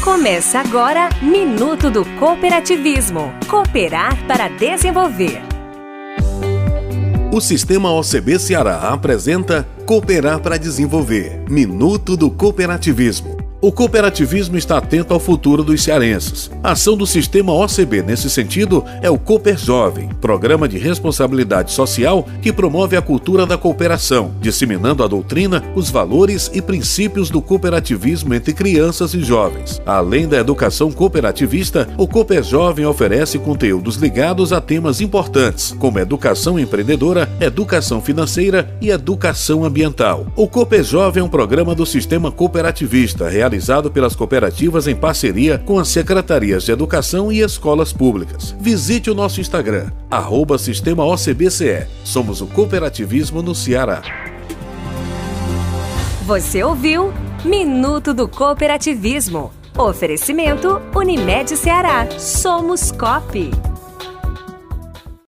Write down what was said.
Começa agora Minuto do Cooperativismo. Cooperar para desenvolver. O Sistema OCB Ceará apresenta Cooperar para Desenvolver, Minuto do Cooperativismo. O cooperativismo está atento ao futuro dos cearenses. A ação do Sistema OCB nesse sentido é o Cooper Jovem, programa de responsabilidade social que promove a cultura da cooperação, disseminando a doutrina, os valores e princípios do cooperativismo entre crianças e jovens. Além da educação cooperativista, o Cooper Jovem oferece conteúdos ligados a temas importantes, como educação empreendedora, educação financeira e educação ambiental. O Cooper Jovem é um programa do Sistema Cooperativista, realizado pelas cooperativas em parceria com as secretarias de educação e escolas públicas. Visite o nosso Instagram, @SistemaOCBCE. Somos o cooperativismo no Ceará. Você ouviu Minuto do Cooperativismo. Oferecimento Unimed Ceará. Somos Coop.